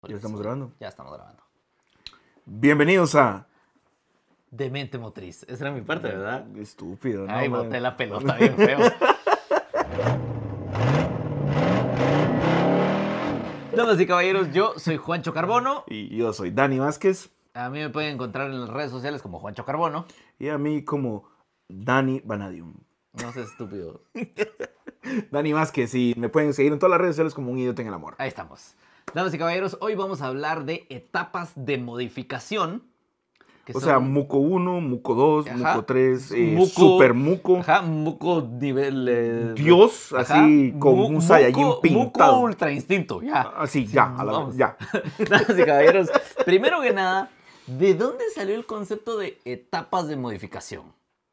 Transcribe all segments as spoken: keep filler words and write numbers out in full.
Ya estamos grabando. Ya estamos grabando. Bienvenidos a... Demente motriz. Esa era mi parte, ¿verdad? Estúpido, ¿no? Ay, man? boté la pelota bien feo. Damas y caballeros, yo soy Juancho Carbono. Y yo soy Dani Vázquez. A mí me pueden encontrar en las redes sociales como Juancho Carbono. Y a mí como Dani Vanadium. No seas estúpido. Dani Vázquez. Y me pueden seguir en todas las redes sociales como un idiota en el amor. Ahí estamos. Damas y caballeros, hoy vamos a hablar de etapas de modificación. Que O son... sea, Muco uno, Muco dos, Ajá. Muco tres, eh, Muco- Super Muco. Ajá, Muco nivel... eh, Dios, ajá, así, con Mu- un Saiyajin Muco- pintado. Muco Ultra Instinto, ya. Así, ya, a la Vamos. ya. Damas y caballeros, primero que nada, ¿de dónde salió el concepto de etapas de modificación?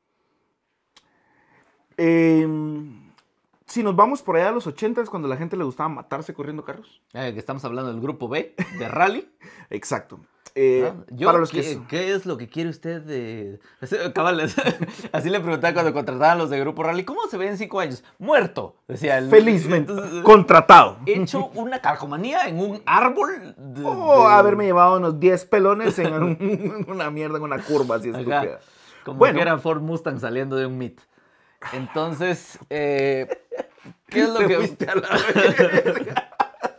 Eh, si nos vamos por allá a los ochentas, cuando a la gente le gustaba matarse corriendo carros. Eh, que estamos hablando del grupo B, de rally. Exacto. Eh, ¿no? Yo, para los ¿qué, que... ¿qué es lo que quiere usted de...? Cabal, así le preguntaba cuando contrataban los de grupo rally, ¿cómo se ve en cinco años? Muerto, decía el... Felizmente, Entonces, contratado. he hecho una calcomanía en un árbol de... O de- haberme llevado unos diez pelones en un- una mierda, en una curva así Ajá, estúpida. como Bueno. que era Ford Mustang saliendo de un meet. Entonces, eh, ¿qué es lo Te que...? fuiste a la verga.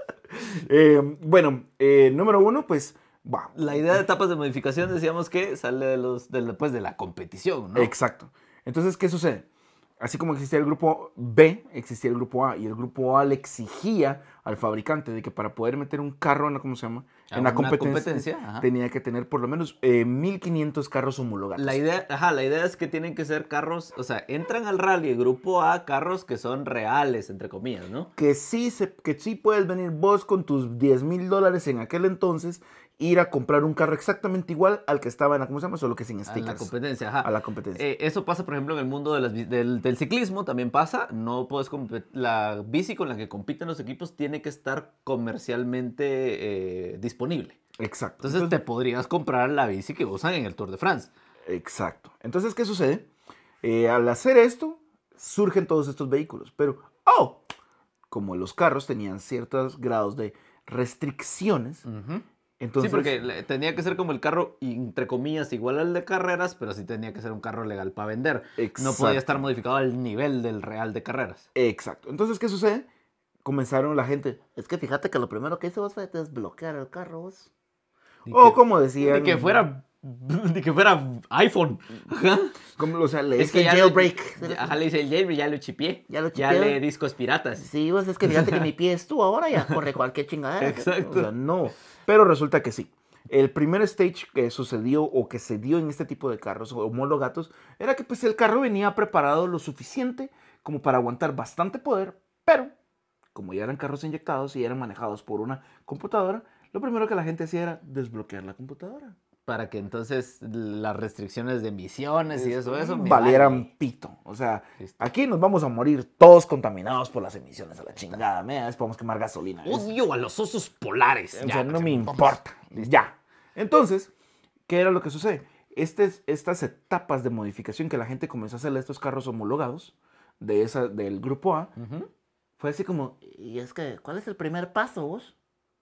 Eh, bueno, eh, número uno, pues, va. La idea de etapas de modificación decíamos que sale de los de la, pues, de la competición, ¿no? Exacto. Entonces, ¿qué sucede? Así como existía el grupo B, existía el grupo A, y el grupo A le exigía al fabricante de que para poder meter un carro en la, ¿cómo se llama? A En la una competencia, competencia, ajá. tenía que tener por lo menos eh, mil quinientos carros homologados. La idea, ajá, la idea es que tienen que ser carros, o sea, entran al rally, grupo A, carros que son reales, entre comillas, ¿no? Que sí, se, que sí puedes venir vos con tus diez mil dólares en aquel entonces, ir a comprar un carro exactamente igual al que estaba en la, ¿cómo se llama? Solo que sin A stickers. la competencia, ajá. A la competencia. Eh, eso pasa, por ejemplo, en el mundo de las bi- del, del ciclismo, también pasa. No puedes compe- la bici con la que compiten los equipos tiene que estar comercialmente eh, disponible. Exacto. Entonces, te podrías comprar la bici que usan en el Tour de France. Exacto. Entonces, ¿qué sucede? Eh, al hacer esto, surgen todos estos vehículos. Pero, oh, como los carros tenían ciertos grados de restricciones, Ujú. entonces... Sí, porque le- tenía que ser como el carro, entre comillas, igual al de carreras, pero sí tenía que ser un carro legal para vender. No Exacto. podía estar modificado al nivel del real de carreras. Exacto. Entonces, ¿qué sucede? Comenzaron la gente... Es que fíjate que lo primero que hice vos fue desbloquear el carro, vos. Ni O que- como decían... Ni que fuera, ni que fuera iPhone. Ajá. Como, o sea, le Es que hice ya jailbreak. Lo, ya- ajá, le hice el jailbreak, ya lo chipié. Ya lo Ya chipié. le discos piratas. Sí, vos es que fíjate que mi pie es tú ahora, ya corre cualquier chingadera. Exacto. O sea, no. Pero resulta que sí. El primer stage que sucedió o que se dio en este tipo de carros homologados era que pues el carro venía preparado lo suficiente como para aguantar bastante poder, pero como ya eran carros inyectados y eran manejados por una computadora, lo primero que la gente hacía era desbloquear la computadora. Para que entonces las restricciones de emisiones y eso, eso me valieran vale. pito. O sea, Listo. aquí nos vamos a morir todos contaminados por las emisiones a la chingada. Mira, es podemos quemar gasolina. Es- Odio a los osos polares. O Ya, sea, no pues, me vamos. importa. Ya. Entonces, ¿qué era lo que sucede? Estes- estas etapas de modificación que la gente comenzó a hacerle a estos carros homologados de esa, del grupo A, Ujú. fue así como, y es que, ¿cuál es el primer paso vos?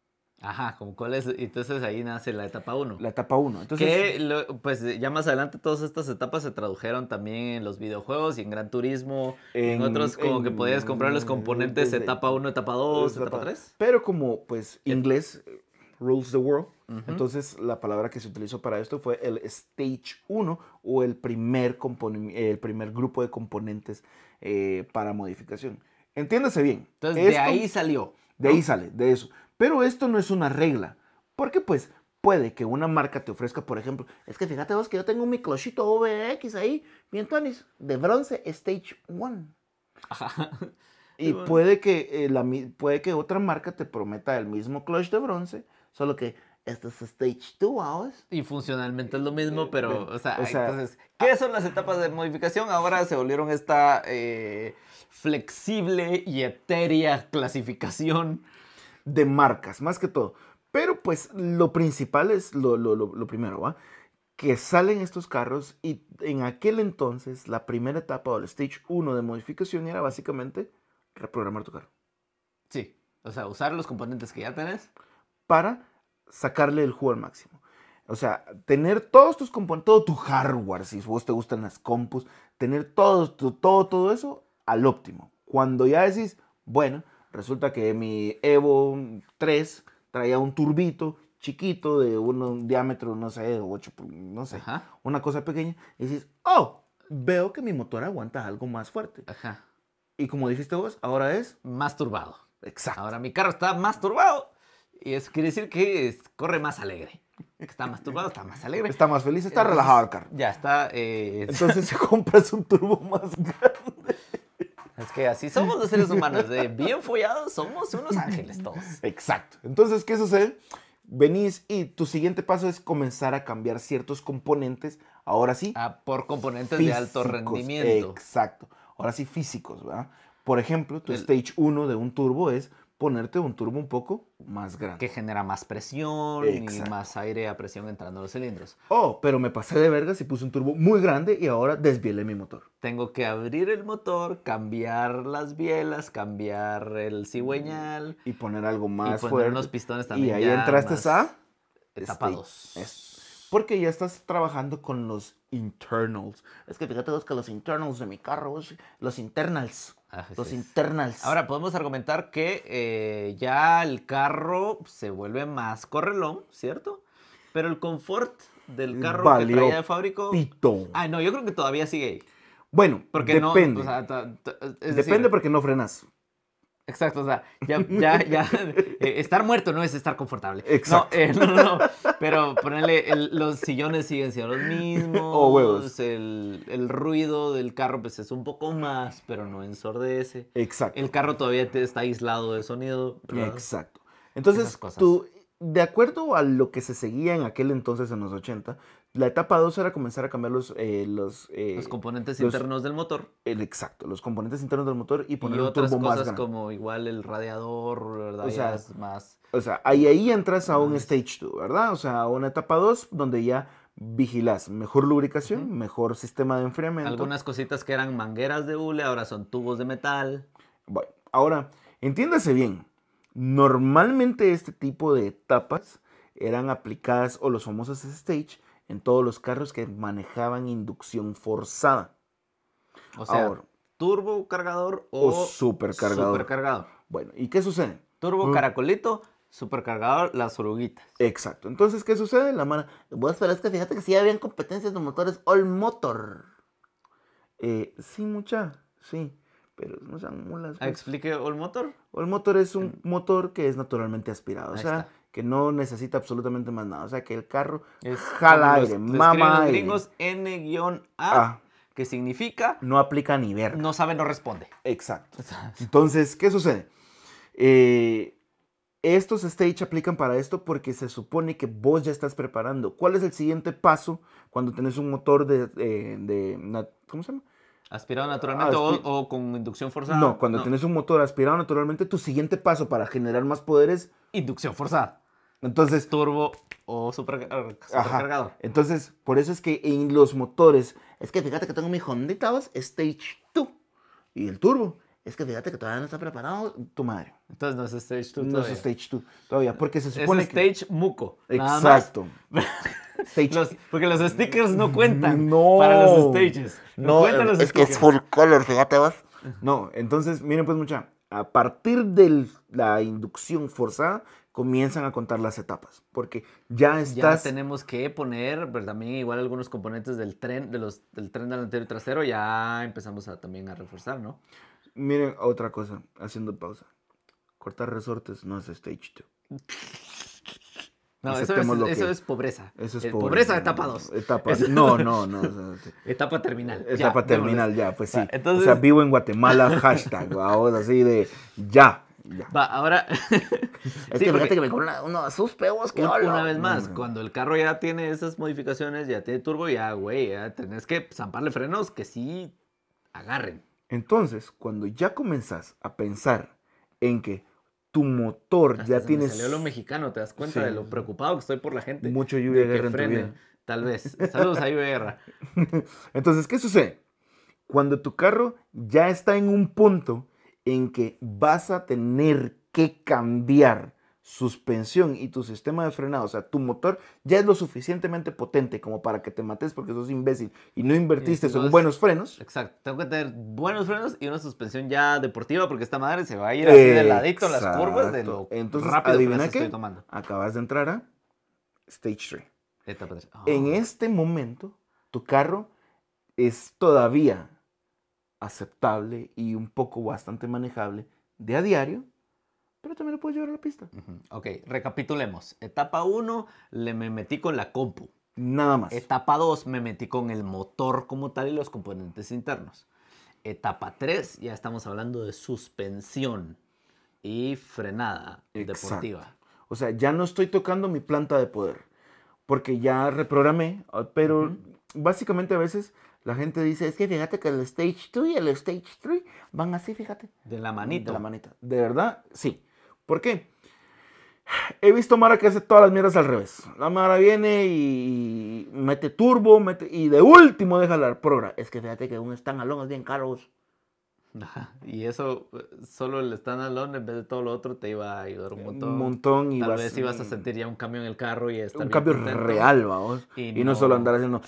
Ajá, como cuál es. Entonces ahí nace la etapa uno. La etapa uno. Entonces, Que lo- pues ya más adelante todas estas etapas se tradujeron también en los videojuegos y en Gran Turismo. En, En- otros como que en- podías comprar los componentes desde- etapa uno, etapa dos, etapa- etapa tres. Pero como, pues, inglés eh, rules the world, Ujú. entonces la palabra que se utilizó para esto fue el Stage uno o el primer, compone- el primer grupo de componentes eh, para modificación. Entiéndase bien. Entonces de esto- ahí salió. De ahí sale, de eso. Pero esto no es una regla. Porque pues puede que una marca te ofrezca, por ejemplo, es que fíjate vos que yo tengo mi clochito V X ahí, bien tonis, de bronce Stage uno. Ajá. Y bueno. puede que, eh, la, mi- puede que otra marca te prometa el mismo clutch de bronce, solo que este es Stage dos ahora. Y funcionalmente es lo mismo, pero, o sea, o sea, entonces, ¿qué son las etapas de modificación? Ahora se volvieron esta eh, flexible y etérea clasificación. De marcas, más que todo. Pero pues lo principal es lo, lo, lo, lo primero, ¿va? Que salen estos carros y en aquel entonces la primera etapa o el Stage uno de modificación era básicamente reprogramar tu carro. Sí, o sea, usar los componentes que ya tenés. Para sacarle el jugo al máximo. O sea, tener todos tus componentes, todo tu hardware, si vos te gustan las compus, tener todo, todo, todo eso al óptimo. Cuando ya decís, bueno, resulta que mi Evo tres traía un turbito chiquito de un, un diámetro, no sé, ocho, no sé, Ajá. una cosa pequeña, y decís, oh, veo que mi motor aguanta algo más fuerte. Ajá. Y como dijiste vos, ahora es... Más turbado. Exacto. Ahora mi carro está más turbado. Y eso quiere decir que es, corre más alegre. Está más turbado, está más alegre. Está más feliz, está Entonces, relajado el carro. Ya está. Eh, Entonces compras un turbo más grande. Es que así somos los seres humanos. De bien follados, somos unos ángeles todos. Exacto. Entonces, ¿qué sucede? Venís y tu siguiente paso es comenzar a cambiar ciertos componentes. Ahora sí. Ah, por componentes físicos, de alto rendimiento. Exacto. Ahora sí, físicos, ¿verdad? Por ejemplo, tu el, stage uno de un turbo es ponerte un turbo un poco más grande. Que genera más presión Exacto. y más aire a presión entrando a los cilindros. Oh, pero me pasé de vergas y puse un turbo muy grande y ahora desvielé mi motor. Tengo que abrir el motor, cambiar las bielas, cambiar el cigüeñal. Y poner algo más fuerte. Y poner fuerte. unos pistones también. Y ahí entraste a... Etapa dos. Porque ya estás trabajando con los internals. Es que fíjate vos que los internals de mi carro, los internals. Ah, los internals. Ahora podemos argumentar que eh, ya el carro se vuelve más correlón, ¿cierto? Pero el confort del carro Valió que traía de fábrica... Pito. Ah, no, yo creo que todavía sigue ahí. Bueno, porque depende. No, o sea, ta, ta, es depende decir, porque no frenas. Exacto, o sea, ya, ya, ya, eh, estar muerto no es estar confortable. Exacto. No, eh, no, no, no, pero ponerle, el, los sillones siguen siendo los mismos. O huevos. El, el ruido del carro pues es un poco más, pero no ensordece. Exacto. El carro todavía te está aislado de sonido, ¿verdad? Exacto. Entonces, tú, de acuerdo a lo que se seguía en aquel entonces, en los ochenta, la etapa dos era comenzar a cambiar los... Eh, los, eh, los componentes los, internos del motor. El, exacto, los componentes internos del motor y poner y un turbo más grande. otras cosas como igual el radiador, ¿verdad? O sea, es más... O sea, ahí, ahí entras a un stage dos, ¿verdad? O sea, a una etapa dos donde ya vigilas mejor lubricación, uh-huh. mejor sistema de enfriamiento. Algunas cositas que eran mangueras de hule ahora son tubos de metal. Bueno, ahora, entiéndase bien. Normalmente este tipo de etapas eran aplicadas, o los famosos stage, en todos los carros que manejaban inducción forzada. O sea, ahora, turbo cargador o, o supercargador. supercargador. Bueno, ¿y qué sucede? Turbo, caracolito, supercargador, las oruguitas. Exacto. Entonces, ¿qué sucede? La mano, vos, pero es que fíjate que sí habían competencias de motores all motor. Eh, sí, mucha, sí. Pero no sean mulas. Pues. ¿Explique all motor? All motor es un motor que es naturalmente aspirado. Ahí o sea, está. que no necesita absolutamente más nada. O sea, que el carro es jala aire, mama aire. Gringos N A, ah, que significa... No aplica ni verga. No sabe, no responde. Exacto. Entonces, ¿qué sucede? Eh, estos stage aplican para esto porque se supone que vos ya estás preparando. ¿Cuál es el siguiente paso cuando tenés un motor de... de, de ¿cómo se llama? Aspirado naturalmente Aspi o, o con inducción forzada. No, cuando no. tenés un motor aspirado naturalmente, tu siguiente paso para generar más poder es... Inducción forzada. Entonces... Turbo o super, supercargado. Ajá. Entonces, por eso es que en los motores... Es que fíjate que tengo mi Hondita dos Stage dos. Y el turbo. Es que fíjate que todavía no está preparado tu madre. Entonces no es Stage dos No todavía. es Stage dos todavía, porque se supone es Stage que... muco. Exacto. Stage. Los, porque los stickers no cuentan no, para los stages. No, no cuentan los es stickers. Que es full color, fíjate vos. No, entonces, miren pues mucha, a partir de la inducción forzada, comienzan a contar las etapas, porque ya estás... Ya tenemos que poner, pero también igual algunos componentes del tren, de los, del tren delantero y trasero, ya empezamos a, también a reforzar, ¿no? Miren, otra cosa, haciendo pausa. Cortar resortes no es Stage dos. No, eso es, eso es pobreza. Eso es eh, pobreza. Pobreza etapa dos. Etapa, no, no, no. O sea, etapa terminal. Etapa ya, terminal, ya, pues sí. Va, entonces... O sea, vivo en Guatemala, hashtag, vamos, así de ya. ya. Va, ahora... es sí, que fíjate porque... que me una, uno de sus peos que un, hola. Una vez más, no, no. cuando el carro ya tiene esas modificaciones, ya tiene turbo, ya, güey, ya tenés que zamparle frenos que sí agarren. Entonces, cuando ya comenzás a pensar en que tu motor Hasta ya se tienes... Me salió lo mexicano, ¿te das cuenta sí. de lo preocupado que estoy por la gente? Mucho lluvia de guerra en tu vida. Tal vez. Saludos a lluvia de guerra. Entonces, ¿qué sucede? Cuando tu carro ya está en un punto en que vas a tener que cambiar suspensión y tu sistema de frenado, o sea, tu motor ya es lo suficientemente potente como para que te mates porque sos imbécil y no invertiste en buenos frenos. Exacto, tengo que tener buenos frenos y una suspensión ya deportiva porque esta madre se va a ir así de ladito en las curvas de lo Entonces, rápido que adivina las qué, estoy tomando. acabas de entrar a Stage tres. Etapa tres. Oh. En este momento, tu carro es todavía aceptable y un poco bastante manejable de a diario, pero también lo puedes llevar a la pista. Uh-huh. Ok, recapitulemos. Etapa uno, le me metí con la compu. Nada más. Etapa dos, me metí con el motor como tal y los componentes internos. Etapa tres, ya estamos hablando de suspensión y frenada Exacto. deportiva. O sea, ya no estoy tocando mi planta de poder, porque ya reprogramé, pero uh-huh. básicamente a veces la gente dice, es que fíjate que el Stage dos y el Stage tres van así, fíjate. De la manita. De la manita. De verdad, sí. ¿Por qué? He visto Mara que hace todas las mierdas al revés. La Mara viene y mete turbo, mete, y de último deja la progra. Es que fíjate que un standalone es bien caro. Ajá. Y eso, solo el standalone en vez de todo lo otro te iba a ayudar un montón. Un montón. Y Tal vas, vez ibas a sentir ya un cambio en el carro y estar un cambio contento. real, vamos. Y, y no, no solo andar haciendo...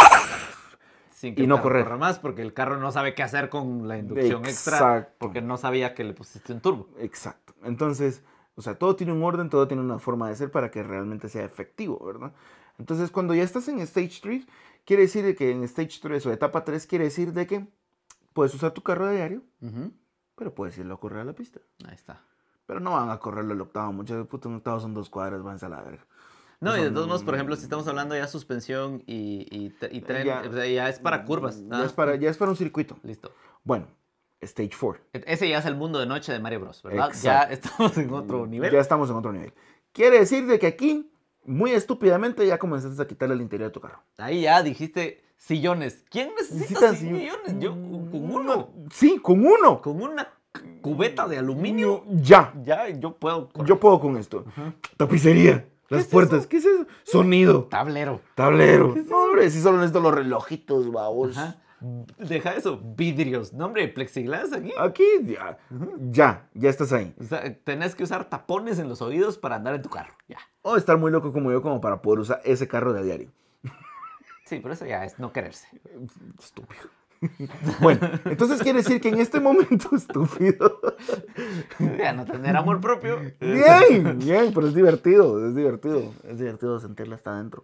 Sin que y el no carro correr. corra más, porque el carro no sabe qué hacer con la inducción Exacto. extra, porque no sabía que le pusiste un turbo. Exacto. Entonces, o sea, todo tiene un orden, todo tiene una forma de ser para que realmente sea efectivo, ¿verdad? Entonces, cuando ya estás en Stage tres, quiere decir de que en Stage tres o etapa tres, quiere decir de que puedes usar tu carro a diario, uh-huh. pero puedes irlo a correr a la pista. Ahí está. Pero no van a correrlo el octavo, muchachos, puto, un octavo son dos cuadras, van a la verga. No, y de todos modos, por ejemplo, si estamos hablando ya suspensión y, y, y tren, ya, o sea, ya es para curvas. Ya, ah. es para, ya es para un circuito. Listo. Bueno, Stage cuatro. Ese ya es el mundo de noche de Mario Bros, ¿verdad? Exacto. Ya estamos en otro nivel. Ya estamos en otro nivel. Quiere decir de que aquí, muy estúpidamente, ya comenzaste a quitarle el interior de tu carro. Ahí ya dijiste sillones. ¿Quién necesita sillones? Yo, con uno. Sí, con uno. Con una cubeta de aluminio. Ya. Ya, yo puedo. Correr. Yo puedo con esto. Uh-huh. Tapicería. Las ¿Qué puertas, es ¿qué es eso? Sonido. Tablero. Tablero. No, hombre, si solo necesito los relojitos, babos. Ajá. Deja eso, vidrios. No, hombre, plexiglas aquí. Aquí, ya. Uh-huh. Ya, ya estás ahí. O sea, tenés que usar tapones en los oídos para andar en tu carro. Ya. O estar muy loco como yo, como para poder usar ese carro de a diario. Sí, pero eso ya es no quererse. Estúpido. Bueno, entonces quiere decir que en este momento, estúpido. Ya no tener amor propio. Bien, bien, pero es divertido, es divertido. Es divertido sentirla hasta adentro.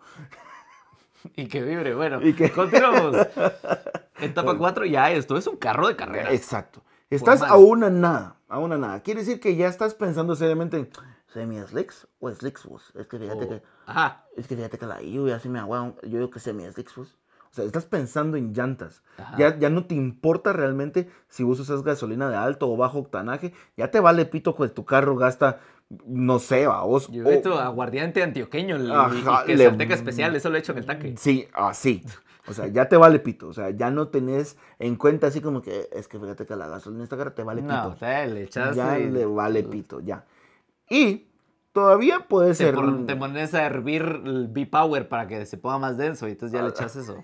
Y que vibre, bueno. Y que... Continuamos. Etapa cuatro, ya esto es un carro de carrera. Exacto. Estás a una nada, a una nada. Quiere decir que ya estás pensando seriamente en semi-slicks o slicks. Es que fíjate oh. que... Ajá. Es que fíjate que la lluvia así me agua. Yo digo que semi-slicks. O sea, estás pensando en llantas. Ya, ya no te importa realmente si vos usas gasolina de alto o bajo octanaje. Ya te vale pito que tu carro gasta, no sé, va vos. Yo he visto aguardiente antioqueño el, ajá, y que le, salteca especial, eso lo he hecho en el tanque. Sí, así. O sea, ya te vale pito. O sea, ya no tenés en cuenta así como que es que fíjate que la gasolina esta cara te vale pito. No, o sea, le echas ya y... le vale pito, ya. Y todavía puede te ser... Por, te pones a hervir el B-Power para que se ponga más denso y entonces ya le echas eso.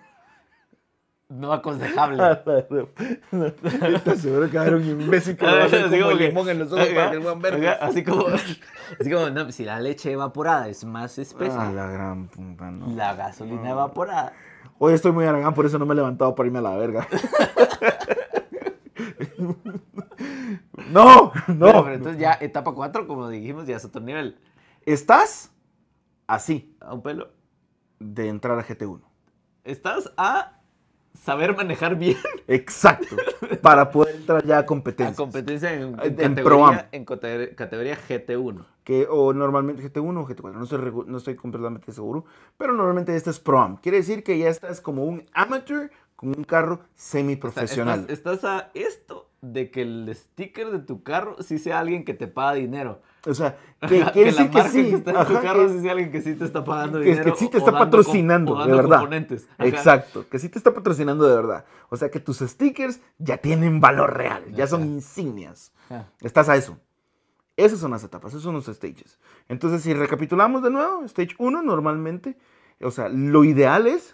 No aconsejable. ¿Estás seguro que va a haber un imbécil que va a hacer como el limón en los ojos para que el buen verde? Así como, así como no, si la leche evaporada es más espesa. Ah, la gran puta, no. La gasolina no. evaporada. Hoy estoy muy aragán, por eso no me he levantado para irme a la verga. No, no. Bueno, pero entonces ya etapa cuatro, como dijimos, ya es otro nivel. Estás así. A un pelo. De entrar a G T uno. Estás a... saber manejar bien. Exacto. Para poder entrar ya a competencia. A competencia en, en, en categoría, en categoría G T uno. Que, o normalmente G T uno o G T cuatro. No estoy, no estoy completamente seguro. Pero normalmente este es Pro-Am. Quiere decir que ya estás como un amateur con un carro semiprofesional. O sea, estás, estás a esto de que el sticker de tu carro sí sea alguien que te paga dinero. O sea, que quiere decir que sí. Que está en tu carro sí sea alguien que sí te está pagando que, dinero. Que sí te está patrocinando, de verdad. Exacto, que sí te está patrocinando de verdad. O sea, que tus stickers ya tienen valor real, ya son insignias. Estás a eso. Esas son las etapas, esos son los stages. Entonces, si recapitulamos de nuevo, stage uno normalmente, o sea, lo ideal es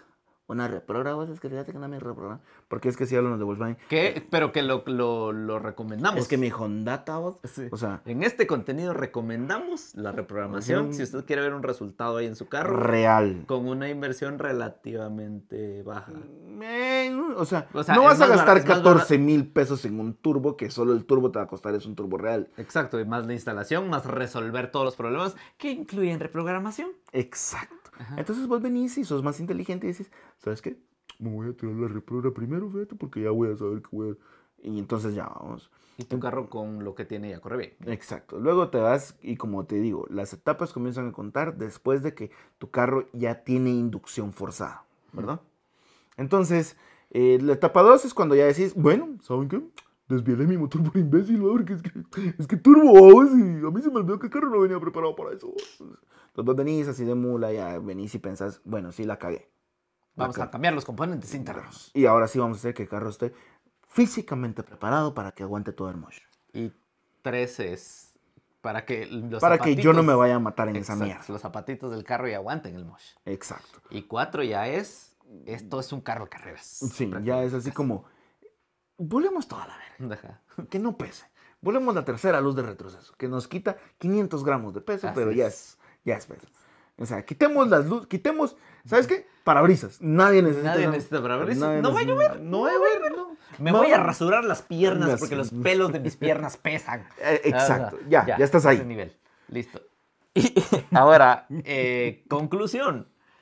una reprograma, vos es que fíjate que no me reprograma. Porque es que sí hablan los de Volkswagen. ¿Qué? Pero que lo, lo, lo recomendamos. Es que mi Honda, vos. Sí. O sea, en este contenido recomendamos la reprogramación. un- Si usted quiere ver un resultado ahí en su carro, real. con una inversión relativamente baja. Eh, o, sea, O sea, no es vas a más gastar bar- es más catorce mil pesos en un turbo que solo el turbo te va a costar, es un turbo real. Exacto, y más la instalación, más resolver todos los problemas que incluyen reprogramación. Exacto. Ajá. Entonces vos venís y sos más inteligente y dices, ¿sabes qué? Me voy a tirar la reprograma primero, fíjate, porque ya voy a saber que voy a... Y entonces ya vamos. Y tu carro con lo que tiene ya corre bien. Exacto. Luego te vas y como te digo, las etapas comienzan a contar después de que tu carro ya tiene inducción forzada, ¿verdad? Entonces, eh, la etapa dos es cuando ya decís, bueno, ¿saben qué? Desvielé mi motor por imbécil, ¿no? Porque es que, es que turbo, vamos, y a mí se me olvidó que el carro no venía preparado para eso. Entonces vos venís así de mula, ya venís y pensás, bueno, sí la cagué. La Vamos a cagué. cambiar los componentes internos. Y ahora sí vamos a hacer que el carro esté físicamente preparado para que aguante todo el mosh. Y tres es para que los Para que yo no zapatitos- me vaya a matar en esa Exacto, mierda. los zapatitos del carro y aguanten el mosh. Exacto. Y cuatro ya es, esto es un carro de carreras. Sí, ya es así como, volemos toda la verga, Ajá. que no pese. Volemos la tercera luz de retroceso, que nos quita quinientos gramos de peso, Así pero ya es. es, ya es peso. O sea, quitemos las luces, quitemos, ¿sabes qué? Parabrisas. Nadie necesita. Nadie esa- necesita parabrisas. nadie No va a necesita- llover, No va a llover, no. Me No. voy a rasurar las piernas Las- porque los pelos de mis piernas pesan. Eh, exacto, Ah, ya, ya estás ahí. ese nivel. Listo. Y ahora, eh, conclusión.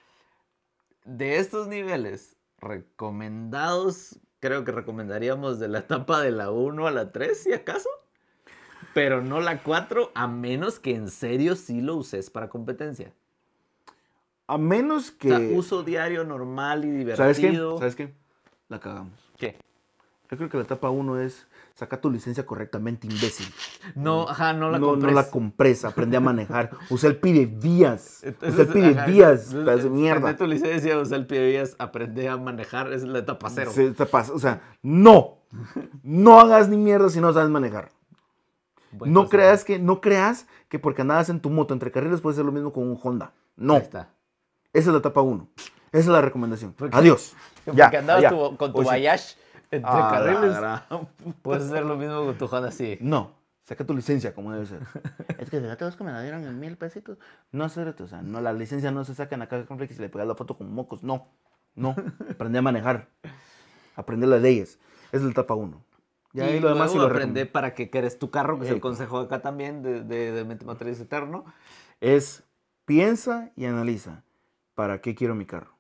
De estos niveles recomendados, creo que recomendaríamos de la etapa de la uno a la tres, si acaso. Pero no la cuatro, a menos que en serio sí lo uses para competencia. A menos que. O sea, uso diario normal y divertido. ¿Sabes qué? ¿Sabes qué? La cagamos. ¿Qué? Yo creo que la etapa uno es saca tu licencia correctamente, imbécil. No, ajá, no la no, compres. no la compres, aprende a manejar. Usa el pide vías. Usa Entonces, el pide ajá, vías, entonces, pedazo de mierda. Aprende tu licencia, usa el pie aprende a manejar, esa es la etapa cero. Se te pasa, o sea, no. No hagas ni mierda si no sabes manejar. Buen No consejo. creas que, no creas que porque andabas en tu moto entre carriles puede ser lo mismo con un Honda. No. Ahí está. Esa es la etapa uno. Esa es la recomendación. Porque- Adiós. Porque Ya, andabas ya. tu- con tu Oye, Bayash entre a la carriles, gran- puedes hacer lo mismo con tu Honda así. No, saca tu licencia como debe ser. Es que fíjate vos que me la dieron en mil pesitos. No, cerote, o sea, no, la licencia no se saca en la caja con Flex y le pegas la foto con mocos. No, no. Aprende a manejar. Aprende las leyes. Esa es la etapa uno. Y Ya ahí lo demás sí luego lo aprende recomiendo. para qué quieres tu carro, que es el Eh, consejo de acá también, de, de, de Mente Motriz Eterno. Es piensa y analiza. ¿Para qué quiero mi carro?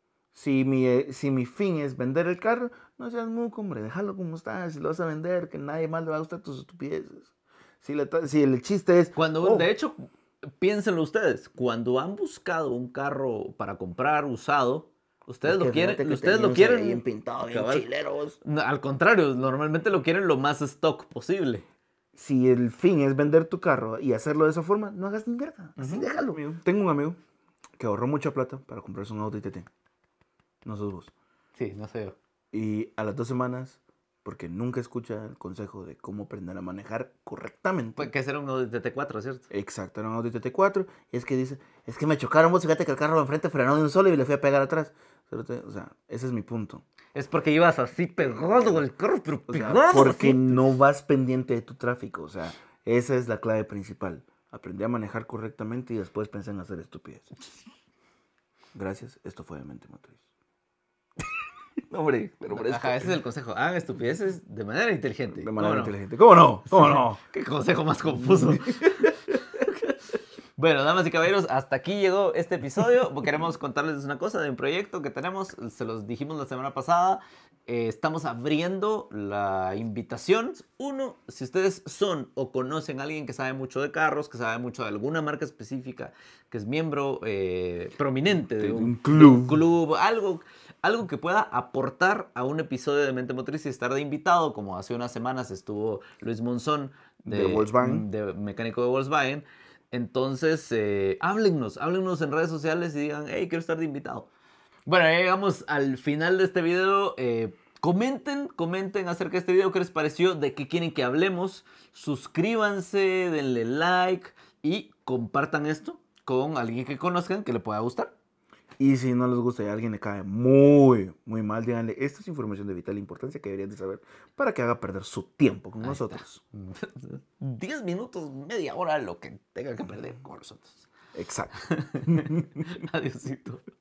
Si mi, eh, si mi fin es vender el carro, no seas muco, hombre, déjalo como está. Si lo vas a vender, que nadie más le va a gustar tus estupideces. Si, la ta- si el chiste es... Cuando, oh, de hecho, piénsenlo ustedes, cuando han buscado un carro para comprar usado, ustedes es que lo quieren, fíjate que ustedes tenía lo un C D quieren bien pintado, bien cabal. chileros. No, al contrario, normalmente lo quieren lo más stock posible. Si el fin es vender tu carro y hacerlo de esa forma, no hagas ni mierda. Así Ujú. déjalo. Tengo un amigo que ahorró mucha plata para comprarse un Audi T T. No sos vos. Sí, no sé yo. Y a las dos semanas, porque nunca escucha el consejo de cómo aprender a manejar correctamente. Puede que ser un Audi T T cuatro, ¿cierto? Exacto, era un Audi T T cuatro. Y es que dice, es que me chocaron vos, fíjate que el carro de enfrente frenó de un solo y le fui a pegar atrás. O sea, ese es mi punto. Es porque ibas así pegado al carro, pero O sea, pegado. porque así. no vas pendiente de tu tráfico. O sea, esa es la clave principal. Aprendí a manejar correctamente y después pensé en hacer estupideces. Gracias, esto fue de Mente Motriz. No, hombre, pero por Ajá, ese es el consejo. Hagan estupideces de manera inteligente. de manera ¿Cómo no? inteligente. ¿Cómo no? ¿Cómo no? Qué consejo más confuso. Bueno, damas y caballeros, hasta aquí llegó este episodio. Queremos contarles una cosa de un proyecto que tenemos. Se los dijimos la semana pasada. Eh, estamos abriendo la invitación. Uno, si ustedes son o conocen a alguien que sabe mucho de carros, que sabe mucho de alguna marca específica, que es miembro eh, prominente de De un, un club. de un club, algo, algo que pueda aportar a un episodio de Mente Motriz y estar de invitado, como hace unas semanas estuvo Luis Monzón De Volkswagen. de mecánico de Volkswagen. Entonces, eh, háblennos, háblennos en redes sociales y digan, hey, quiero estar de invitado. Bueno, ya llegamos al final de este video. Eh, comenten, comenten acerca de este video, qué les pareció, de qué quieren que hablemos. Suscríbanse, denle like y compartan esto con alguien que conozcan que le pueda gustar. Y si no les gusta y a alguien le cae muy, muy mal, díganle, esta es información de vital importancia que deberían de saber para que haga perder su tiempo con Ahí nosotros. está. Diez minutos, media hora, lo que tenga que perder con nosotros. Exacto. Adiósito.